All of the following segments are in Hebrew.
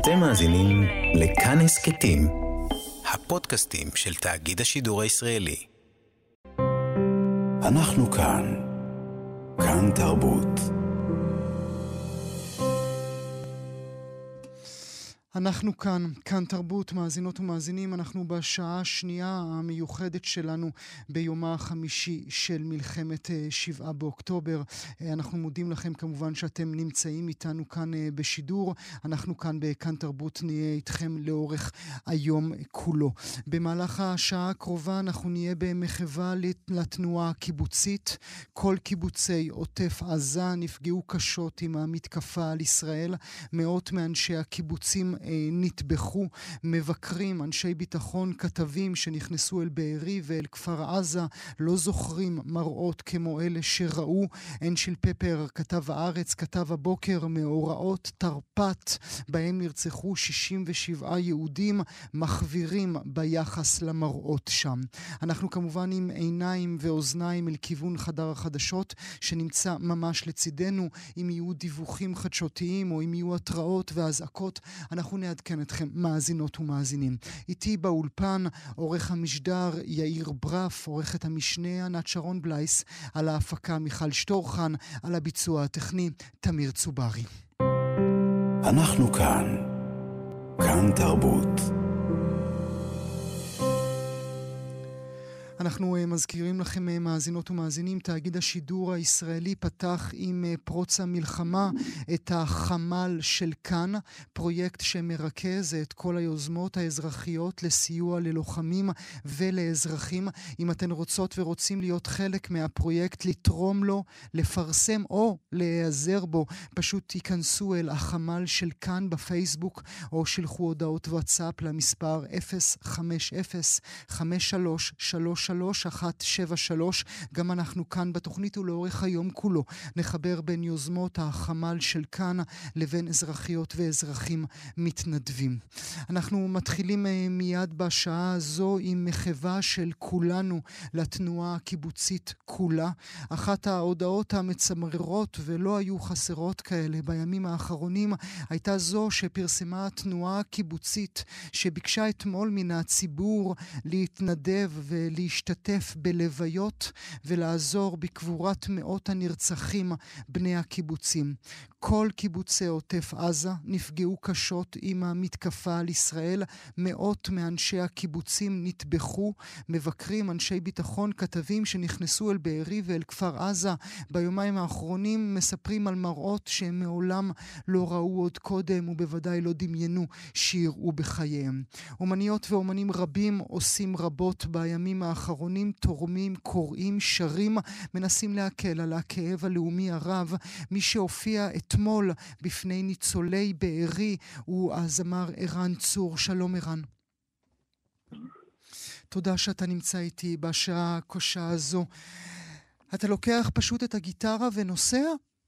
אתם מאזינים לכאן הסכתים, הפודקאסטים של תאגיד השידור הישראלי. אנחנו כאן תרבות. אנחנו כאן תרבות, מאזינות ומאזינים. אנחנו בשעה השנייה המיוחדת שלנו ביומה החמישי של מלחמת 7 באוקטובר. אנחנו מודים לכם כמובן שאתם נמצאים איתנו כאן בשידור. אנחנו כאן בכאן תרבות נהיה איתכם לאורך היום כולו. במהלך השעה הקרובה אנחנו נהיה במחווה לתנועה הקיבוצית. כל קיבוצי עוטף עזה נפגעו קשות עם המתקפה על ישראל. מאות מאנשי הקיבוצים נטבחו, מבקרים, אנשי ביטחון, כתבים שנכנסו אל בארי ואל כפר עזה, לא זוכרים מראות כמו אלה שראו. אנשל פפר, כתב הארץ, כתב הבוקר, מאורעות תרפ"ט, בהם נרצחו 67 יהודים, מחווירים ביחס למראות שם. אנחנו כמובן עם עיניים ואוזניים אל כיוון חדר החדשות, שנמצא ממש לצידנו. אם יהיו דיווחים חדשותיים או אם יהיו התראות והזעקות, אנחנו נעדכן אתכם, מאזינות ומאזינים. איתי באולפן עורך המשדר יאיר ברף, עורכת המשנה ענת שרון בלייס, על ההפקה מיכל שטורחן, על הביצוע הטכני תמיר צוברי. אנחנו כאן תרבות. אנחנו מזכירים לכם, מאזינות ומאזינים, תאגיד השידור הישראלי פתח עם פרוץ המלחמה את החמ"ל של כאן, פרויקט שמרכז את כל היוזמות האזרחיות לסיוע ללוחמים ולאזרחים. אם אתן רוצות ורוצים להיות חלק מהפרויקט, לתרום לו, לפרסם או להיעזר בו, פשוט תיכנסו אל החמ"ל של כאן בפייסבוק או שלחו הודעות וואטסאפ למספר 050-5333 3173. גם אנחנו כאן בתוכנית ולאורך היום כולו נחבר בין יוזמות החמ"ל של כאן לבין אזרחיות ואזרחים מתנדבים. אנחנו מתחילים מיד בשעה הזו עם מחווה של כולנו לתנועה הקיבוצית כולה. אחת ההודעות המצמררות, ולא היו חסרות כאלה בימים האחרונים, הייתה זו שפרסמה התנועה הקיבוצית, שביקשה אתמול מן הציבור להתנדב ולהשתתף בלוויות ולעזור בקבורת מאות הנרצחים בני הקיבוצים. כל קיבוצי עוטף עזה נפגעו קשות עם המתקפה על ישראל. מאות מאנשי הקיבוצים נטבחו. מבקרים, אנשי ביטחון, כתבים שנכנסו אל בארי ואל כפר עזה ביומיים האחרונים מספרים על מראות שהם מעולם לא ראו עוד קודם ובוודאי לא דמיינו שיראו בחייהם. אומניות ואומנים רבים עושים רבות בימים האחרונים, תורמים, קוראים, שרים, מנסים להקל על הכאב הלאומי הרב. מי שהופיע אתמול בפני ניצולי בארי הוא הזמר ערן צור. שלום ערן. תודה שאתה נמצא איתי בשעה הקשה הזו. אתה לוקח פשוט את הגיטרה ונוסע?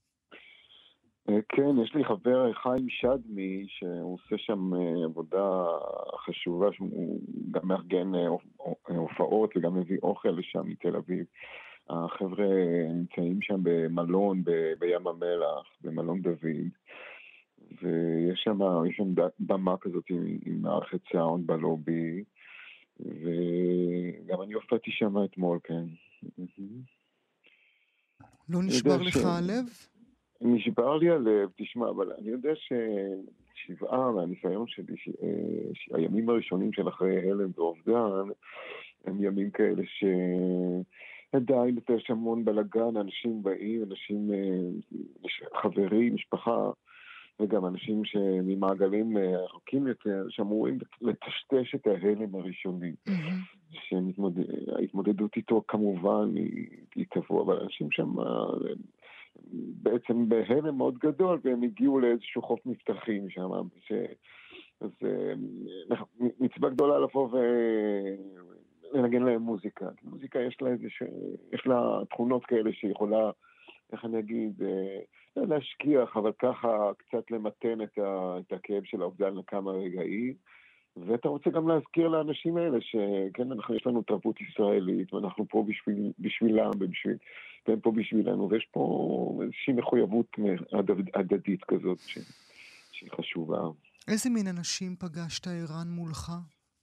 כן, יש לי חבר חיים שדמי שהוא עושה שם עבודה חשובה, שהוא גם מארגן הופעות וגם מביא אוכל לשם מתל אביב. החבר'ה נמצאים שם במלון בים המלח, במלון דוד, ויש שם במה כזאת עם מערכת סאונד בלובי, וגם אני הופעתי שם אתמול, כן. לא נשבר לך הלב? נשבר לי הלב, תשמע, אבל אני יודע ששבעה מהניסיון שלי, הימים הראשונים של אחרי הלם ואובדן, הם ימים כאלה שעדיין יש המון בלגן, אנשים באים, אנשים, חברים, משפחה, וגם אנשים ממעגלים רחוקים יותר, שאמורים לטשטש את ההלם הראשוני. ההתמודדות איתו כמובן היא תבוא, אבל אנשים שם בעצם בהלם מאוד גדול, והם הגיעו לאיזשהו חוף מבטחים שם, אז מצווה גדולה לבוא ולנגן להם מוזיקה. מוזיקה יש לה תכונות כאלה שיכולה, איך אני אגיד, להשכיח, אבל ככה קצת למתן את הכאב של האובדן לכמה רגעים. ואתה רוצה גם להזכיר לאנשים האלה שכן, יש לנו תרבות ישראלית, ואנחנו פה בשבילם, והם פה בשבילנו, ויש פה איזושהי מחויבות הדדית כזאת שהיא חשובה. איזה מין אנשים פגשת, ערן, מולך?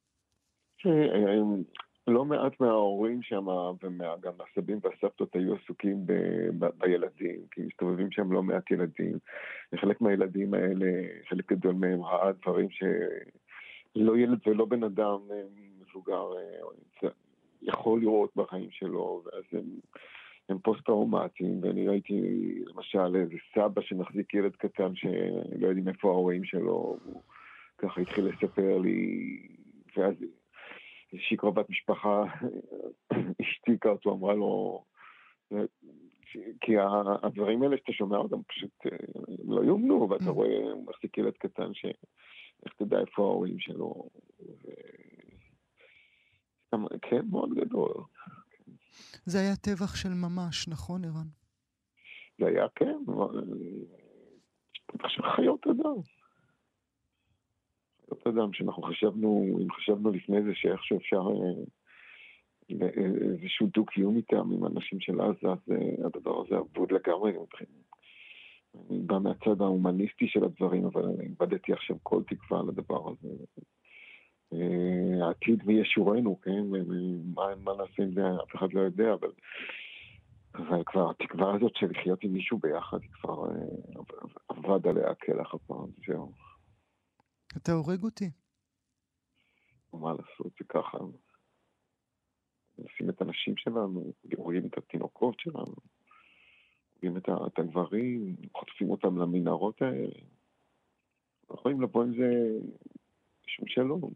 לא מעט מההורים שם, וגם הסבים והסבתות היו עסוקים בילדים, כי מסתובבים שם לא מעט ילדים. וחלק מהילדים האלה, חלק גדול מהם ראה דברים שלא ילד ולא בן אדם מבוגר יכול לראות בחיים שלו, ואז הם פוסט-טראומטיים, ואני ראיתי למשל איזה סבא שמחזיק ילד קטן שלא יודעים איפה ההורים שלו, הוא ככה התחיל לספר לי, ואז איזושהי קרובת משפחה השתיקה אותו, אמרה לו, כי הדברים האלה שאתה שומע אותם פשוט לא יאומנו, ואתה רואה, הוא מחזיק ילד קטן איך תדע איפה ההורים שלו, כן, מאוד גדול. זה היה טבח של ממש, נכון, ערן? זה היה, כן, טבח של חיות אדם. חיות אדם שאנחנו חשבנו לפני זה שאיכשהו אפשר איזשהו דו-קיום איתם עם אנשים של עזה, אז הדבר הזה עבוד לגמרי. אני בא מהצד ההומניסטי של הדברים, אבל אני איבדתי עכשיו כל תקווה לדבר הזה. העתיד וישורנו, כן? מה נעשה עם זה, אף אחד לא יודע, אבל כבר התקווה הזאת של לחיות עם מישהו ביחד, היא כבר עבד עליה כלח הפעם, זהו. אתה הורג אותי. מה לעשות, זה ככה. נשים את הנשים שלנו, רואים את התינוקות שלנו, רואים את הגברים, חוטפים אותם למנהרות האלה. יכולים לבוא עם זה שום שלום.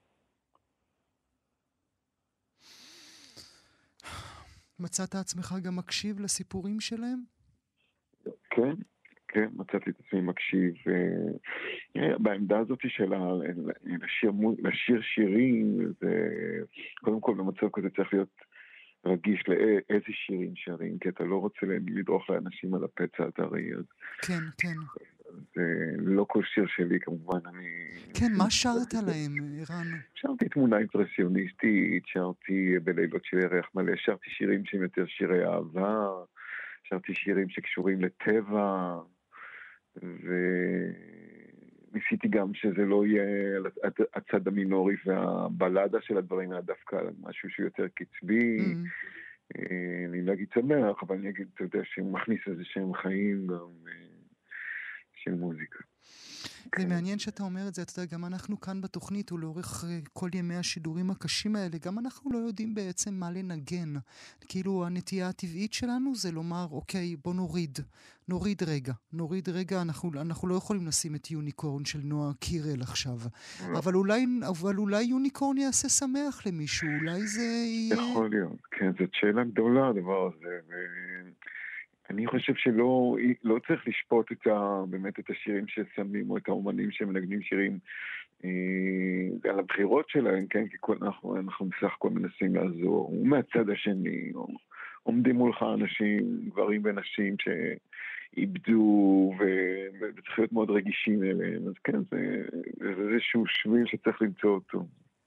מצאת עצמך גם מקשיב לסיפורים שלהם? כן, כן, מצאתי את עצמי מקשיב. בעמדה הזאת של לשיר שירים, קודם כל במצב כזה צריך להיות רגיש לאיזה שירים שרים, כי אתה לא רוצה לדרוך לאנשים על הפצע הטרי. כן, כן. לא כל שיר שלי כמובן, כן, מה שרת להם, ערן? שרתי תמונה אימפרסיוניסטית, שרתי בלילות של ירח מלא, שרתי שירים שהם יותר שירי אהבה, שרתי שירים שקשורים לטבע, וניסיתי גם שזה לא יהיה הצד המינורי והבלדה של הדברים, אלא דווקא משהו שהוא יותר קצבי. אני לא אגיד שמח, אבל אני אגיד, אתה יודע, שמכניס איזה שהם חיים גם של מוזיקה. זה מעניין שאתה אומר את זה, אתה יודע, גם אנחנו כאן בתוכנית ולאורך כל ימי השידורים הקשים האלה, גם אנחנו לא יודעים בעצם מה לנגן. כאילו הנטייה הטבעית שלנו זה לומר, אוקיי, בוא נוריד רגע, אנחנו לא יכולים לשים את יוניקורן של נועה קירל עכשיו. אבל אולי יוניקורן יעשה שמח למישהו, אולי זה יהיה... יכול להיות, כן, זאת שאלה גדולה הדבר הזה, אני חושב שלא צריך לשפוט באמת את השירים ששמים או את האומנים שמנגנים שירים על הבחירות שלהם, כן? כי אנחנו בסך הכל מנסים לעזור. ומהצד השני, עומדים מולך אנשים, גברים ונשים שאיבדו וצריך להיות מאוד רגישים אליהם. אז כן, זה איזשהו שביל שצריך למצוא אותו.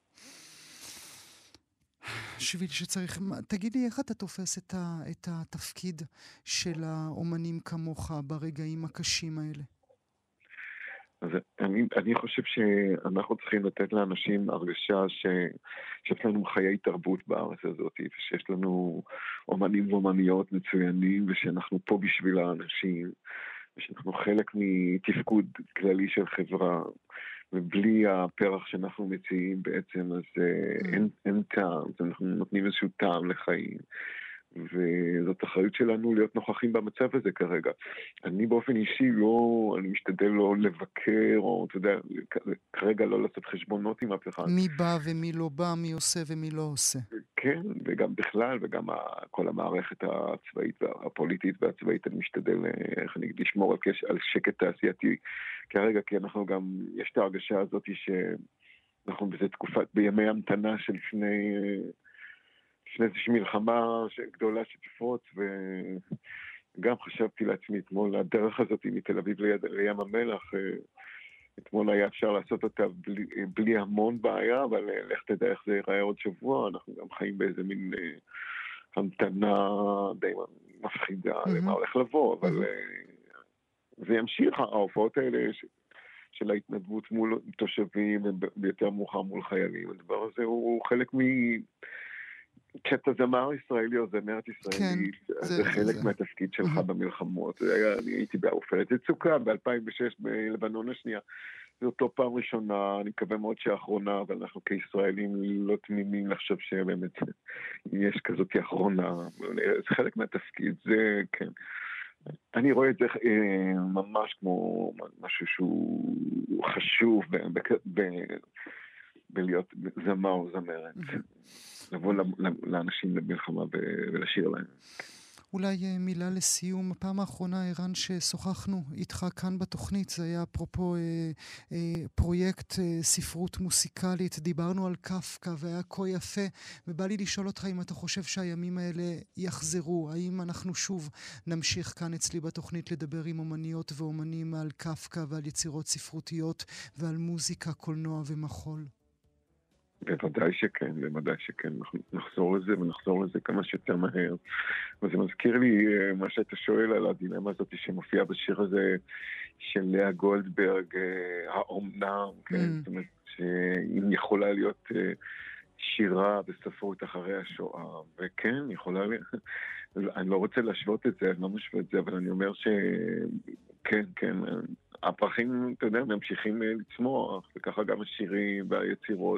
שביל שצריך... תגיד לי, איך אתה תופס את התפקיד של האומנים כמוך ברגעים הקשים האלה? אז אני חושב שאנחנו צריכים לתת לאנשים הרגשה שיש לנו חיי תרבות בארץ הזאת, ושיש לנו אומנים ואומניות מצוינים, ושאנחנו פה בשביל האנשים, ושאנחנו חלק מתפקוד כללי של חברה, ובלי הפרח שאנחנו מציעים בעצם, אז אין טעם, אנחנו נותנים איזשהו טעם לחיים, וזאת אחריות שלנו להיות נוכחים במצב הזה כרגע. אני באופן אישי אני משתדל לא לבקר, או אתה יודע, כרגע לא לעשות חשבונות עם אף אחד. מי בא ומי לא בא, מי עושה ומי לא עושה. כן, וגם בכלל, וגם כל המערכת הצבאית והפוליטית והצבאית, אני משתדל, איך אני אגיד, לשמור על שקט תעשייתי כרגע, כי אנחנו גם, יש את ההרגשה הזאת שאנחנו בזה תקופת, בימי המתנה של לפני איזושהי מלחמה גדולה שתפרוץ, וגם חשבתי לעצמי אתמול, הדרך הזאת מתל אביב לים המלח, אתמול היה אפשר לעשות אותה בלי המון בעיה, אבל לך תדע איך זה ייראה עוד שבוע, אנחנו גם חיים באיזה מין המתנה די מפחידה למה הולך לבוא, אבל זה ימשיך, ההופעות האלה של ההתנדבות מול תושבים, ויותר מאוחר מול חיילים. הדבר הזה הוא חלק כשאתה זמר ישראלי או זמרת ישראלית, זה חלק מהתפקיד שלך במלחמות. אני הייתי בעופרת יצוקה ב-2006 בלבנון השנייה. זו אותו פעם ראשונה, אני מקווה מאוד שהאחרונה, אבל אנחנו כישראלים לא תמימים לחשוב שבאמת יש כזאת האחרונה. זה חלק מהתפקיד, זה כן. אני רואה את זה ממש כמו משהו שהוא חשוב בלהיות זמר או זמרת. לבוא לאנשים למלחמה ולשיר להם. אולי מילה לסיום. הפעם האחרונה, ערן, ששוחחנו איתך כאן בתוכנית, זה היה אפרופו פרויקט ספרות מוסיקלית. דיברנו על קפקא והיה כה יפה, ובא לי לשאול אותך אם אתה חושב שהימים האלה יחזרו. האם אנחנו שוב נמשיך כאן אצלי בתוכנית לדבר עם אומניות ואומנים על קפקא ועל יצירות ספרותיות ועל מוזיקה, קולנוע ומחול? בוודאי שכן, בוודאי שכן. נחזור לזה ונחזור לזה כמה שיותר מהר. וזה מזכיר לי מה שאתה שואל על הדילמה הזאת שמופיעה בשיר הזה של לאה גולדברג, האומנם, כן? זאת אומרת, שאם יכולה להיות שירה בספרות אחרי השואה, וכן, יכולה להיות, אני לא רוצה להשוות את זה, אני לא משווה את זה, אבל אני אומר שכן, כן, הפרחים, אתה יודע, ממשיכים לצמוח, וככה גם השירים והיצירות,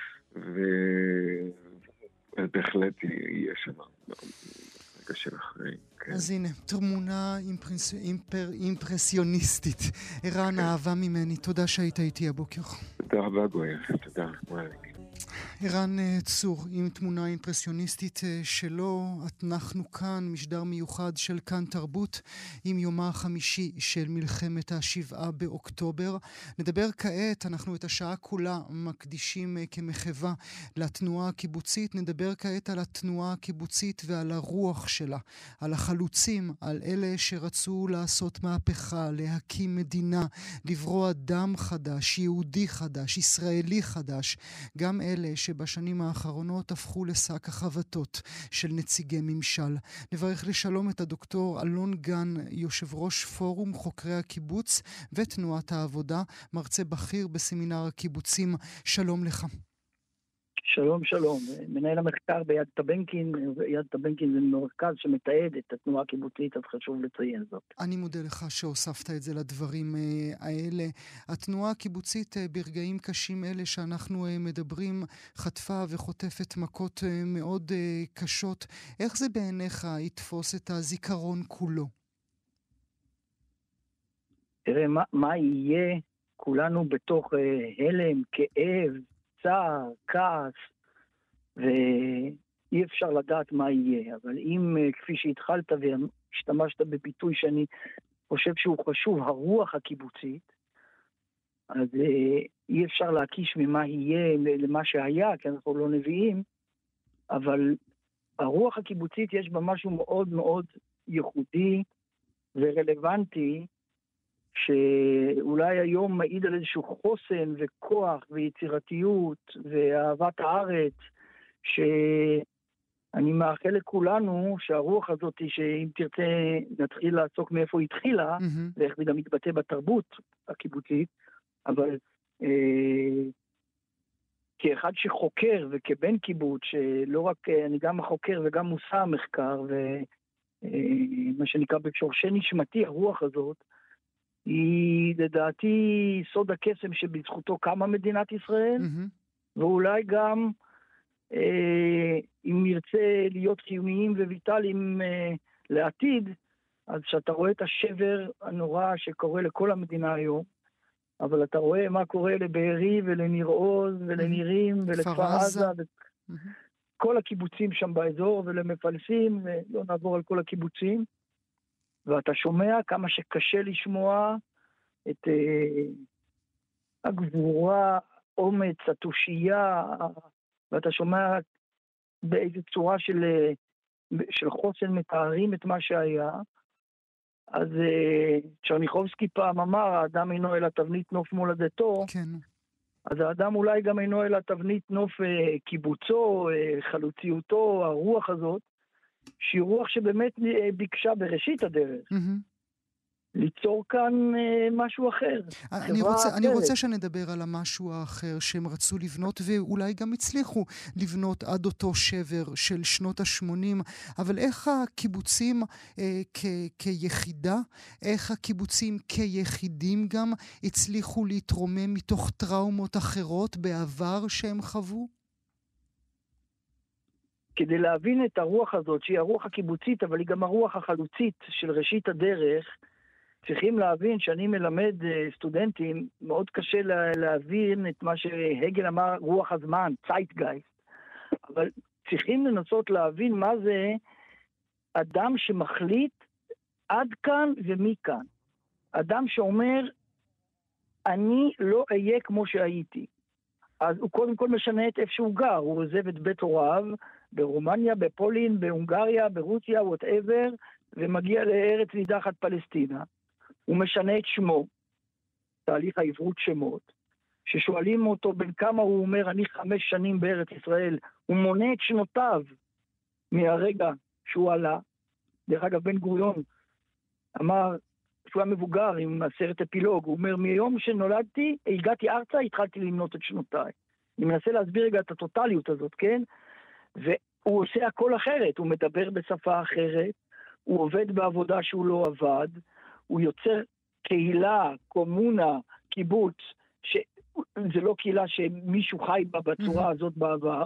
ובהחלט יהיה שם רגע של אחרי. אז הנה, תמונה אימפרסיוניסטית. ערן, אהבה ממני, תודה שהיית איתי הבוקר. תודה רבה גואל, תודה. ערן צור עם תמונה אימפרסיוניסטית שלו. אנחנו כאן, משדר מיוחד של כאן תרבות עם יומה החמישי של מלחמת ה7 באוקטובר. נדבר כעת, אנחנו את השעה כולה מקדישים כמחווה לתנועה הקיבוצית. נדבר כעת על התנועה הקיבוצית ועל הרוח שלה, על החלוצים, על אלה שרצו לעשות מהפכה, להקים מדינה, לברוא דם חדש, יהודי חדש, ישראלי חדש. גם אלה שבשנים האחרונות הפכו לשק החבטות של נציגי ממשל. נברך לשלום את הדוקטור אלון גן, יושב ראש פורום חוקרי הקיבוץ ותנועת העבודה, מרצה בכיר בסמינר הקיבוצים. שלום לך. שלום, שלום. מנהל המחקר ביד טבנקין. יד טבנקין זה מרכז שמתעד את התנועה הקיבוצית, אז חשוב לציין זאת. אני מודה לך שהוספת את זה לדברים האלה. התנועה הקיבוצית ברגעים קשים אלה שאנחנו מדברים חטפה וחוטפת מכות מאוד קשות. איך זה בעיניך יתפוס את הזיכרון כולו? תראה, מה יהיה? כולנו בתוך הלם, כאב, צער, כעס, ואי אפשר לדעת מה יהיה. אבל אם, כפי שהתחלת והשתמשת בביטוי שאני חושב שהוא חשוב, הרוח הקיבוצית, אז אי אפשר להקיש ממה יהיה למה שהיה, כי אנחנו לא נביאים, אבל הרוח הקיבוצית יש בה משהו מאוד מאוד ייחודי ורלוונטי, שאולי היום מעיד על איזשהו חוסן וכוח ויצירתיות ואהבת הארץ, שאני מאחל לכולנו שהרוח הזאת, שאם תרצה נתחיל לעסוק מאיפה היא התחילה, ואיך זה גם מתבטא בתרבות הקיבוצית, אבל כאחד שחוקר וכבן קיבוץ, שלא רק אני גם החוקר וגם מושא המחקר, ומה שנקרא בשורשי נשמתי, הרוח הזאת, היא לדעתי סוד הקסם שבזכותו קמה מדינת ישראל, ואולי גם אם נרצה להיות חיוניים וויטליים לעתיד, אז שאתה רואה את השבר הנורא שקורה לכל המדינה היום, אבל אתה רואה מה קורה לבארי ולניר עוז ולנירים ולכפר עזה, כל הקיבוצים שם באזור ולמפלסים, לא נעבור על כל הקיבוצים, ואתה שומע כמה שקשה לשמוע את הגבורה, אומץ, התושייה, ואתה שומע באיזו צורה של חוסן מתארים את מה שהיה. אז צ'רניחובסקי פעם אמר, האדם אינו אלא תבנית נוף מולדתו, כן. אז האדם אולי גם אינו אלא תבנית נוף קיבוצו, חלוציותו, הרוח הזאת, שהיא רוח שבאמת ביקשה בראשית הדרך ליצור כאן משהו אחר. אני רוצה שנדבר על המשהו האחר שהם רצו לבנות, ואולי גם הצליחו לבנות עד אותו שבר של שנות ה-80, אבל איך הקיבוצים כיחידה, איך הקיבוצים כיחידים גם הצליחו להתרומם מתוך טראומות אחרות בעבר שהם חוו? כדי להבין את הרוח הזאת, שהיא הרוח הקיבוצית, אבל היא גם הרוח החלוצית של ראשית הדרך, צריכים להבין שאני מלמד סטודנטים, מאוד קשה להבין את מה שהגל אמר, רוח הזמן, צייטגייסט. אבל צריכים לנסות להבין מה זה אדם שמחליט עד כאן ומכאן. אדם שאומר, אני לא אהיה כמו שהייתי. אז הוא קודם כל משנה את איפה שהוא גר, הוא עוזב את בית הוריו, ברומניה, בפולין, בהונגריה, ברוסיה, whatever, ומגיע לארץ נידחת פלסטינה. הוא משנה את שמו, תהליך העברות שמות, ששואלים אותו בין כמה הוא אומר, אני 5 שנים בארץ ישראל, הוא מונה את שנותיו מהרגע שהוא עלה. דרך אגב, בן גוריון אמר, שהוא היה מבוגר עם הסרט אפילוג, הוא אומר, מיום שנולדתי, הגעתי ארצה, התחלתי למנות את שנותיי. אני מנסה להסביר רגע את הטוטליות הזאת, כן? והוא עושה הכל אחרת, הוא מדבר בשפה אחרת, הוא עובד בעבודה שהוא לא עבד, הוא יוצר קהילה, קומונה, קיבוץ, שזה לא קהילה שמישהו חי בה בצורה הזאת בעבר,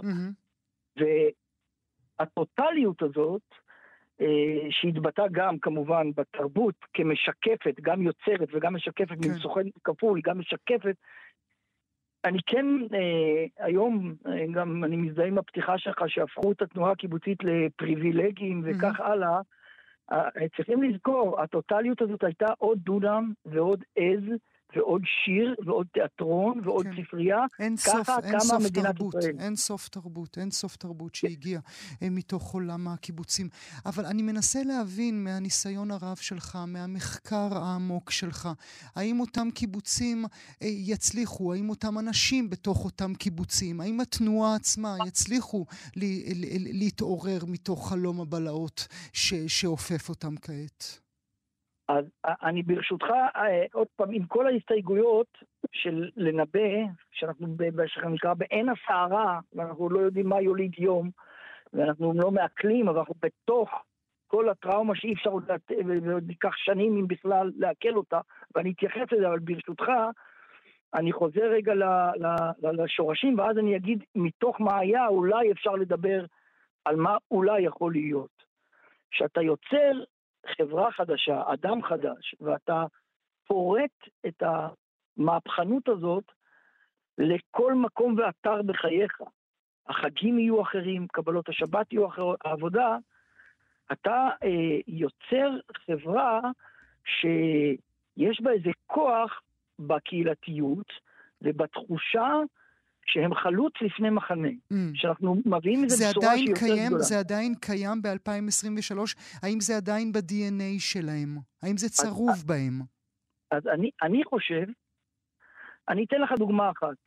והטוטליות הזאת, שהתבטא גם כמובן בתרבות כמשקפת, גם יוצרת וגם משקפת, מסוכן כפול, גם משקפת, אני כן, היום גם אני מזדהה עם הפתיחה שלך שהפכו את התנועה הקיבוצית לפריבילגיים וכך הלאה, צריכים לזכור, הטוטליות הזאת הייתה עוד דונם ועוד עז ועוד שיר ועוד תיאטרון ועוד ספרייה, ככה קמה מדינת ישראל. אין סוף תרבות שהגיעה מתוך עולם הקיבוצים. אבל אני מנסה להבין מהניסיון הרב שלך, מהמחקר העמוק שלך, האם אותם קיבוצים יצליחו, האם אותם אנשים בתוך אותם קיבוצים, האם התנועה עצמה יצליחו להתעורר מתוך חלום הבלהות שאופף אותם כעת? אז אני ברשותך, עוד פעם, עם כל ההסתייגויות של לנבא, שאנחנו נקרא בעין הסערה, ואנחנו לא יודעים מה יוליד יום, ואנחנו לא מעכלים, אבל אנחנו בתוך כל הטראומה שאי אפשר עוד ייקח שנים אם בכלל להקל אותה, ואני אתייחס לזה, אבל ברשותך, אני חוזר רגע לשורשים, ואז אני אגיד מתוך מה היה, אולי אפשר לדבר על מה אולי יכול להיות. שאתה יוצר חברה חדשה, אדם חדש, ואתה פורט את המהפכנות הזאת לכל מקום ואתר בחייך. החגים יהיו אחרים, קבלות השבת יהיו אחרות, העבודה, אתה יוצר חברה שיש בה איזה כוח בקהילתיות ובתחושה שהם חלוץ לפני מחנה, שאנחנו מביאים איזה בשורה שהיא יותר גדולה. זה עדיין קיים ב-2023? האם זה עדיין ב-DNA שלהם? האם זה צרוב בהם? אז אני חושב, אני אתן לך דוגמה אחת,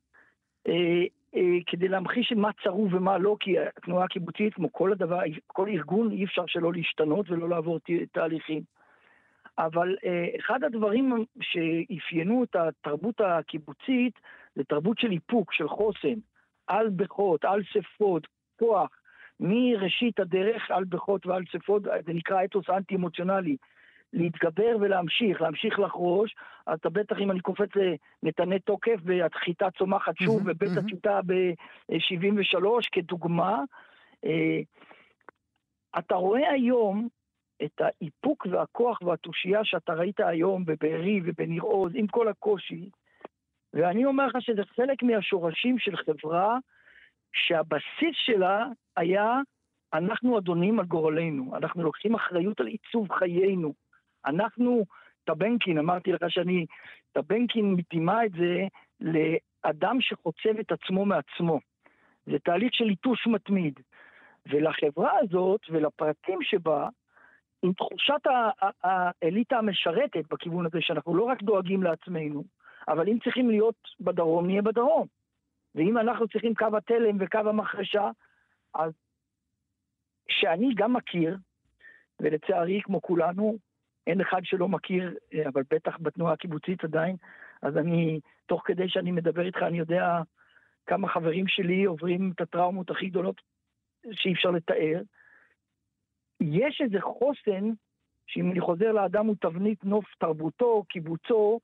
כדי להמחיש מה צרוב ומה לא, כי התנועה הקיבוצית, כמו כל הדבר, כל ארגון, אי אפשר שלא להשתנות ולא לעבור תהליכים. אבל אחד הדברים שאפיינו את התרבות הקיבוצית, זה תרבות של איפוק, של חוסן, על בכות, על שפות, כוח, מראשית הדרך על בכות ועל שפות, זה נקרא אתוס אנטי-אמוציונלי, להתגבר ולהמשיך לחרוש, אז אתה בטח אם אני קופץ לנתני תוקף, והתחיטה צומחת שוב, ובית התחיטה ב-73 כדוגמה, אתה רואה היום, את האיפוק והכוח והתושייה שאתה ראית היום בבארי ובניר עוז, עם כל הקושי, ואני אומר לך שזה חלק מהשורשים של חברה, שהבסיס שלה היה, אנחנו אדונים על גורלנו, אנחנו לוקחים אחריות על עיצוב חיינו, אנחנו, טבנקין, אמרתי לך שאני, טבנקין מתאימה את זה לאדם שחוצב את עצמו מעצמו, זה תהליך של איתוש מתמיד, ולחברה הזאת ולפרטים שבה, עם תחושת האליטה המשרתת בכיוון הזה, שאנחנו לא רק דואגים לעצמנו, אבל אם צריכים להיות בדרום, נהיה בדרום. ואם אנחנו צריכים קו התלם וקו המחרשה, אז שאני גם מכיר, ולצערי כמו כולנו, אין אחד שלא מכיר, אבל בטח בתנועה הקיבוצית עדיין, אז אני, תוך כדי שאני מדבר איתך, אני יודע כמה חברים שלי עוברים את הטראומות הכי גדולות שאי אפשר לתאר. יש איזה חוסן, שאם אני חוזר לאדם הוא תבנית נוף תרבותו, קיבוצו,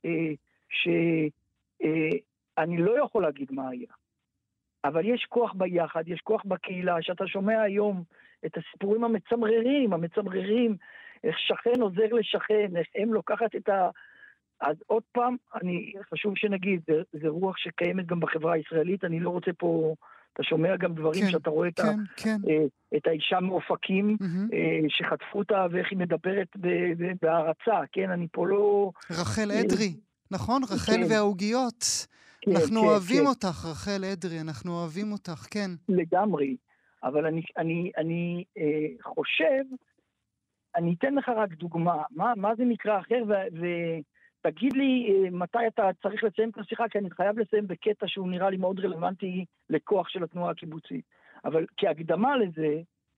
שאני לא יכול להגיד מה היה. אבל יש כוח ביחד, יש כוח בקהילה, שאתה שומע היום את הסיפורים המצמררים, איך שכן עוזר לשכן, איך הם לוקחת את ה... אז עוד פעם, חשוב שנגיד, זה רוח שקיימת גם בחברה הישראלית, אני לא רוצה פה, אתה שומע גם דברים שאתה רואה את האישה מאופקים, שחטפו אותה ואיך היא מדברת בהערצה, כן, אני פה לא... רחל אדרי, נכון? רחל והעוגיות. אנחנו אוהבים אותך, רחל אדרי, אנחנו אוהבים אותך, כן. לגמרי, אבל אני חושב, אני אתן לך רק דוגמה, מה זה מקרא אחר, ותגיד לי מתי אתה צריך לסיים את השיחה, כי אני חייב לסיים בקטע שהוא נראה לי מאוד רלוונטי לכוח של התנועה הקיבוצית. אבל כהקדמה לזה,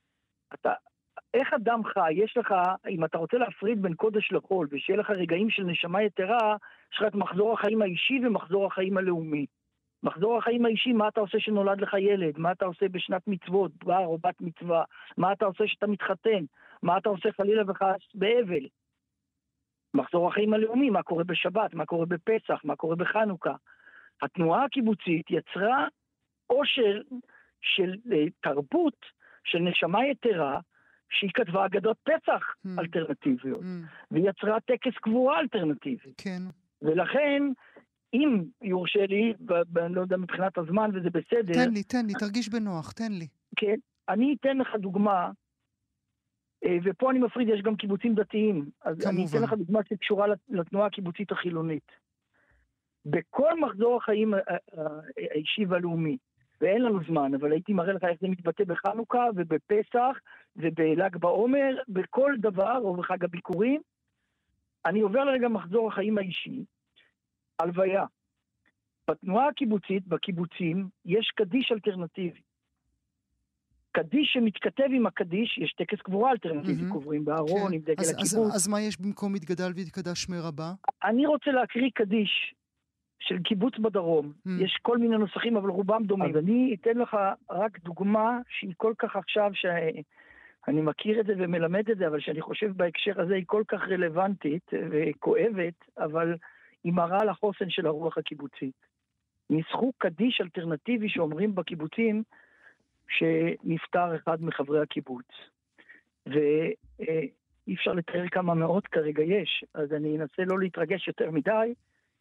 איך אדם חי, יש לך, אם אתה רוצה להפריד בין קודש לחול, ושיהיה לך רגעים של נשמה יתרה, יש לך את מחזור החיים האישי ומחזור החיים הלאומי. מחזור החיים האישי, מה אתה עושה שנולד לך ילד? מה אתה עושה בשנת מצוות, בר או בת מצווה? מה אתה עושה שאתה מתחתן? מה אתה עושה חלילה וחס באבל? מחזור החיים הלאומי, מה קורה בשבת, מה קורה בפסח, מה קורה בחנוכה. התנועה הקיבוצית יצרה עושר של תרבות, של נשמה יתרה, שהיא כתבה אגדות פסח אלטרנטיביות, והיא יצרה טקס קבורה אלטרנטיבי. כן. ולכן, אם יורשה לי, ואני לא יודע מבחינת הזמן וזה בסדר... תן לי, תרגיש בנוח, תן לי. כן, אני אתן לך דוגמה, ופה אני מפריד, יש גם קיבוצים דתיים, אז כמובן. אני אתן לך דוגמה שקשורה לתנועה הקיבוצית החילונית. בכל מחזור החיים האישי והלאומי, ואין לנו זמן, אבל הייתי מראה לך איך זה מתבטא בחנוכה ובפסח ובל"ג בעומר, בכל דבר, או בחג הביקורים. אני עובר לרגע מחזור החיים האישי, הלוויה. בתנועה הקיבוצית, בקיבוצים, יש קדיש אלטרנטיבי. קדיש שמתכתב עם הקדיש, יש טקס קבורה אלטרנטיבי, קוברים בארון, עם דגל הקיבוץ. אז מה יש במקום יתגדל ויתקדש שמי רבה? אני רוצה להקריא קדיש של קיבוץ בדרום. יש כל מיני נוסחים, אבל רובם דומים. אז אני אתן לך רק דוגמה שהיא כל כך עכשיו, שאני מכיר את זה ומלמד את זה, אבל שאני חושב בהקשר הזה היא כל כך רלוונטית וכואבת, אבל היא מראה לחוסן של הרוח הקיבוצית. ניסחו קדיש אלטרנטיבי שאומרים בקיבוצים שנפטר אחד מחברי הקיבוץ. ואי אפשר לתאר כמה מאות כרגע יש, אז אני אנסה לא להתרגש יותר מדי,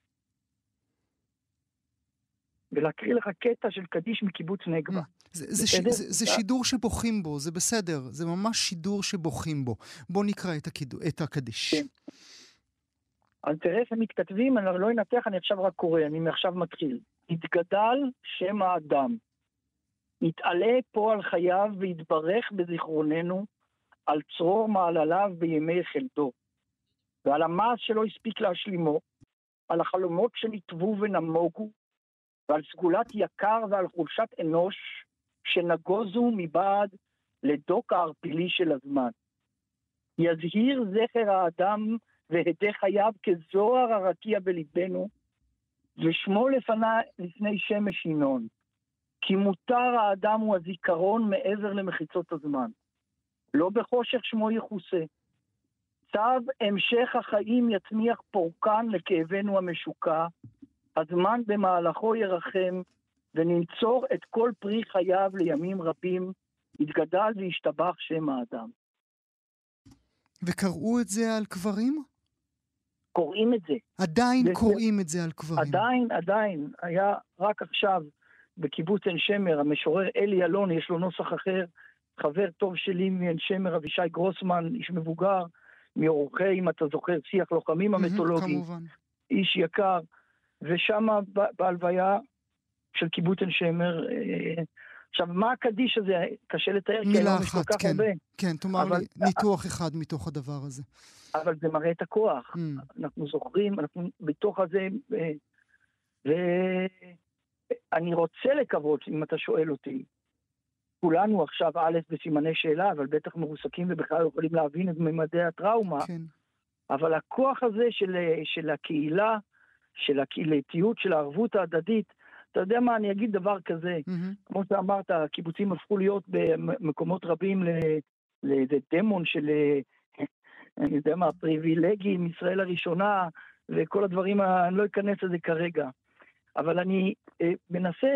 ולהקריא לך קטע של קדיש מקיבוץ נגבה. זה שידור שבוכים בו, זה בסדר, זה ממש שידור שבוכים בו. בוא נקרא את הקדיש. כן. אז תראה איך הם מתכתבים, אני לא אנתח, אני עכשיו רק קורא, אני מעכשיו מתחיל. התגדל שם האדם, יתעלה פה על חייו ויתברך בזיכרוננו, על צרור מעלליו בימי חלדו, ועל המעש שלא הספיק להשלימו, על החלומות שנטבו ונמוגו, ועל סגולת יקר ועל חולשת אנוש, שנגוזו מבעד לדוק הערפילי של הזמן. יזהיר זכר האדם והדי חייו כזוהר הרקיע בליבנו, ושמו לפני שמש ינון. כי מותר האדם הוא הזיכרון מעבר למחיצות הזמן. לא בחושך שמו יחוסה. צו המשך החיים יצמיח פורקן לכאבנו המשוקע, הזמן במהלכו ירחם, וננצור את כל פרי חייו לימים רבים, יתגדל וישתבח שם האדם. וקראו את זה על קברים? קוראים את זה. עדיין קוראים את זה על קברים. עדיין. היה רק עכשיו בקיבוץ עין שמר, המשורר אלי אלון, יש לו נוסח אחר, חבר טוב שלי מעין שמר, אבישי גרוסמן, איש מבוגר, מאורחי, אם אתה זוכר, שיח לוחמים המתולוגי. כמובן. איש יקר. ושם בהלוויה של קיבוץ עין שמר, עכשיו, מה הקדיש הזה? קשה לתאר, כי היום יש כל כך הרבה. כן, תאמר לי, ניתוח אחד מתוך הדבר הזה. אבל זה מראה את הכוח. אנחנו זוכרים, אנחנו בתוך הזה, ואני רוצה לקוות, אם אתה שואל אותי, כולנו עכשיו א' בסימני שאלה, אבל בטח מרוסקים ובכלל יכולים להבין את ממדי הטראומה, אבל הכוח הזה של הקהילה, של הקהילתיות, של הערבות ההדדית, אתה יודע מה, אני אגיד דבר כזה, כמו שאמרת, הקיבוצים הפכו להיות במקומות רבים לאיזה דמון של, אני יודע מה, פריבילגים, ישראל הראשונה, וכל הדברים, אני לא אכנס לזה כרגע. אבל אני מנסה,